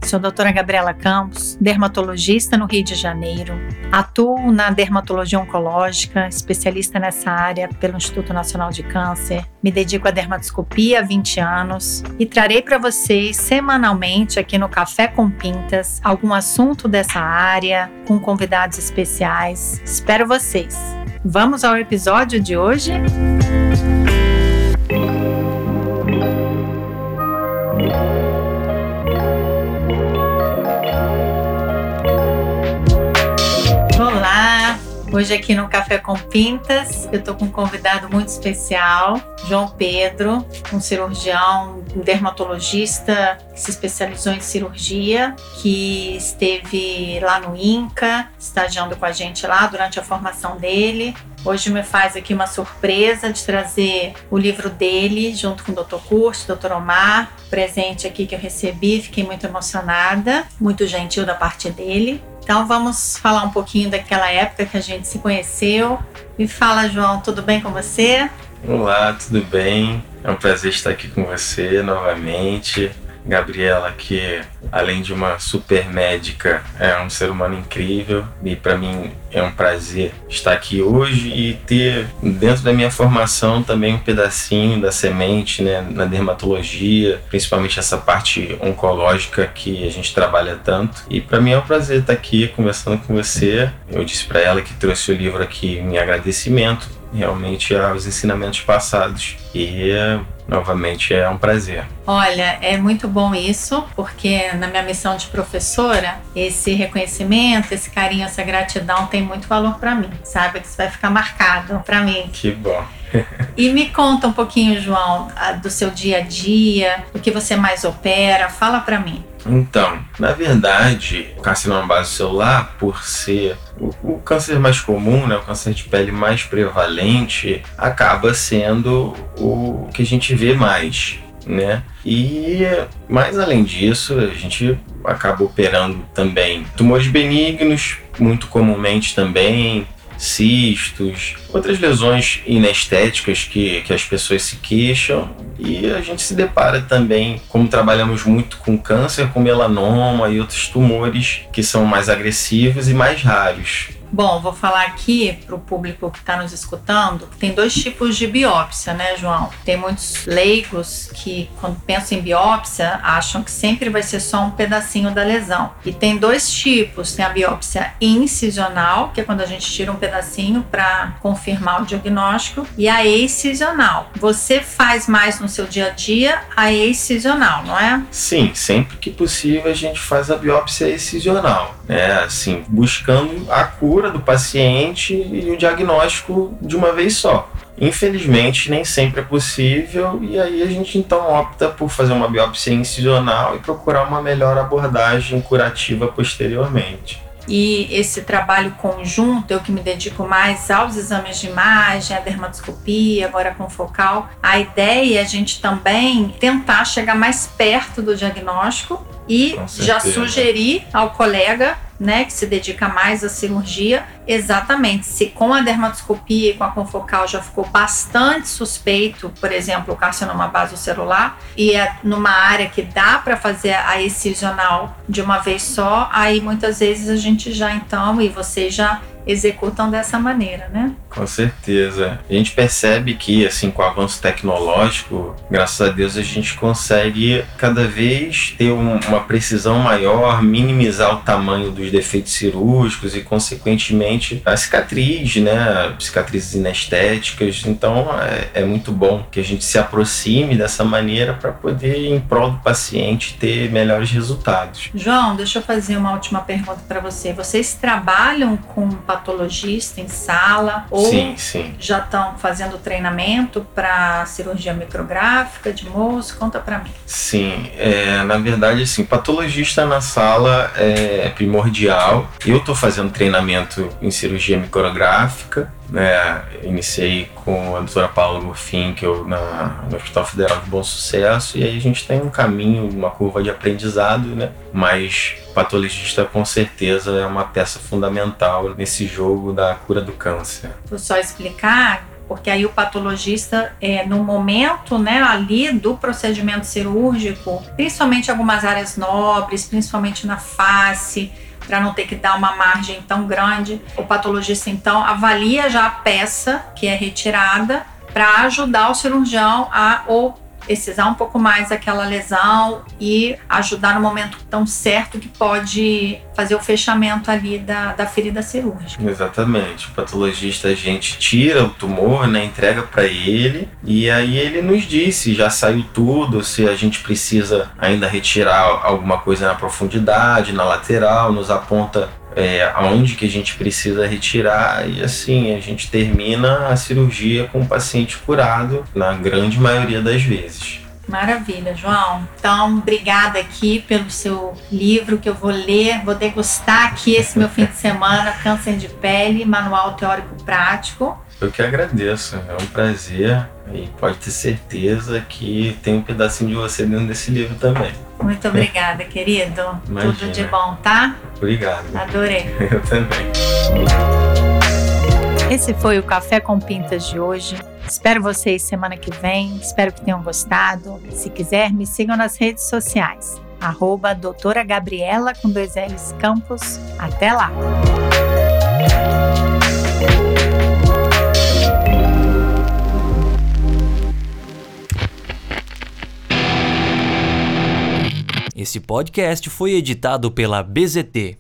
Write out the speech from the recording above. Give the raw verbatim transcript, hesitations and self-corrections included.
Sou a doutora Gabriela Campos, dermatologista no Rio de Janeiro. Atuo na dermatologia oncológica, especialista nessa área pelo Instituto Nacional de Câncer. Me dedico à dermatoscopia há vinte anos e trarei para vocês semanalmente aqui no Café com Pintas algum assunto dessa área com convidados especiais. Espero vocês. Vamos ao episódio de hoje? Olá! Hoje aqui no Café com Pintas, eu estou com um convidado muito especial, João Pedro, um cirurgião, um dermatologista que se especializou em cirurgia, que esteve lá no INCA, estagiando com a gente lá durante a formação dele. Hoje me faz aqui uma surpresa de trazer o livro dele, junto com o doutor Curti, doutor Omar, presente aqui que eu recebi, fiquei muito emocionada, muito gentil da parte dele. Então vamos falar um pouquinho daquela época que a gente se conheceu. Me fala, João, tudo bem com você? Olá, tudo bem? É um prazer estar aqui com você novamente. Gabriela, que além de uma super médica, é um ser humano incrível e para mim é um prazer estar aqui hoje e ter dentro da minha formação também um pedacinho da semente, né, na dermatologia, principalmente essa parte oncológica que a gente trabalha tanto. E para mim é um prazer estar aqui conversando com você. Eu disse para ela que trouxe o livro aqui em agradecimento realmente aos ensinamentos passados e novamente é um prazer. Olha, é muito bom isso, porque na minha missão de professora, esse reconhecimento, esse carinho, essa gratidão tem muito valor para mim. Sabe que isso vai ficar marcado para mim. Que bom. E me conta um pouquinho, João, do seu dia a dia, do que você mais opera, fala para mim. Então, na verdade, o carcinoma base celular, por ser o, o câncer mais comum, né, o câncer de pele mais prevalente, acaba sendo o que a gente vê mais, né? E, mais além disso, a gente acaba operando também tumores benignos, muito comumente também, cistos, outras lesões inestéticas que, que as pessoas se queixam, e a gente se depara também, como trabalhamos muito com câncer, com melanoma e outros tumores que são mais agressivos e mais raros. Bom, vou falar aqui para o público que está nos escutando, que tem dois tipos de biópsia, né, João? Tem muitos leigos que, quando pensam em biópsia, acham que sempre vai ser só um pedacinho da lesão. E tem dois tipos, tem a biópsia incisional, que é quando a gente tira um pedacinho para confirmar o diagnóstico, e a excisional. Você faz mais no seu dia a dia a excisional, não é? Sim, sempre que possível a gente faz a biópsia excisional, né? Assim, buscando a cura do paciente e o diagnóstico de uma vez só. Infelizmente, nem sempre é possível e aí a gente então opta por fazer uma biópsia incisional e procurar uma melhor abordagem curativa posteriormente. E esse trabalho conjunto, eu que me dedico mais aos exames de imagem, à dermatoscopia, agora com focal, a ideia é a gente também tentar chegar mais perto do diagnóstico e já sugerir ao colega, né, que se dedica mais à cirurgia, exatamente, se com a dermatoscopia e com a confocal já ficou bastante suspeito, por exemplo, o carcinoma basocelular, e é numa área que dá para fazer a excisional de uma vez só, aí muitas vezes a gente já então, e vocês já executam dessa maneira, né? Com certeza. A gente percebe que, assim, com o avanço tecnológico, graças a Deus, a gente consegue cada vez ter um, uma precisão maior, minimizar o tamanho dos defeitos cirúrgicos e, consequentemente, a cicatriz, né? Cicatrizes inestéticas. Então, é, é muito bom que a gente se aproxime dessa maneira para poder, em prol do paciente, ter melhores resultados. João, deixa eu fazer uma última pergunta para você. Vocês trabalham com patologista em sala ou sim, sim. já estão fazendo treinamento para cirurgia micrográfica de moço? Conta para mim. Sim, é, na verdade, assim, patologista na sala é primordial. Eu estou fazendo treinamento em cirurgia micrográfica, né? Iniciei com a doutora Paula Murfinkel na, no Hospital Federal de Bom Sucesso, e aí a gente tem um caminho, uma curva de aprendizado, né? Mas patologista com certeza é uma peça fundamental nesse jogo da cura do câncer. Vou só explicar porque aí o patologista, é, no momento, né, ali do procedimento cirúrgico, principalmente algumas áreas nobres, principalmente na face, para não ter que dar uma margem tão grande, o patologista então avalia já a peça que é retirada para ajudar o cirurgião a ou precisar um pouco mais daquela lesão e ajudar no momento tão certo que pode fazer o fechamento ali da, da ferida cirúrgica. Exatamente. O patologista, a gente tira o tumor, né, entrega para ele, e aí ele nos diz se já saiu tudo, se a gente precisa ainda retirar alguma coisa na profundidade, na lateral, nos aponta É, aonde que a gente precisa retirar, e assim a gente termina a cirurgia com o paciente curado na grande maioria das vezes. Maravilha, João. Então, obrigada aqui pelo seu livro que eu vou ler, vou degustar aqui esse meu fim de semana, Câncer de Pele, Manual Teórico Prático. Eu que agradeço, é um prazer, e pode ter certeza que tem um pedacinho de você dentro desse livro também. Muito obrigada, querido. Imagina. Tudo de bom, tá? Obrigado. Adorei. Eu também. Esse foi o Café com Pintas de hoje. Espero vocês semana que vem. Espero que tenham gostado. Se quiser, me sigam nas redes sociais. Arroba doutora Gabriela com dois L's Campos. Até lá! Esse podcast foi editado pela B Z T,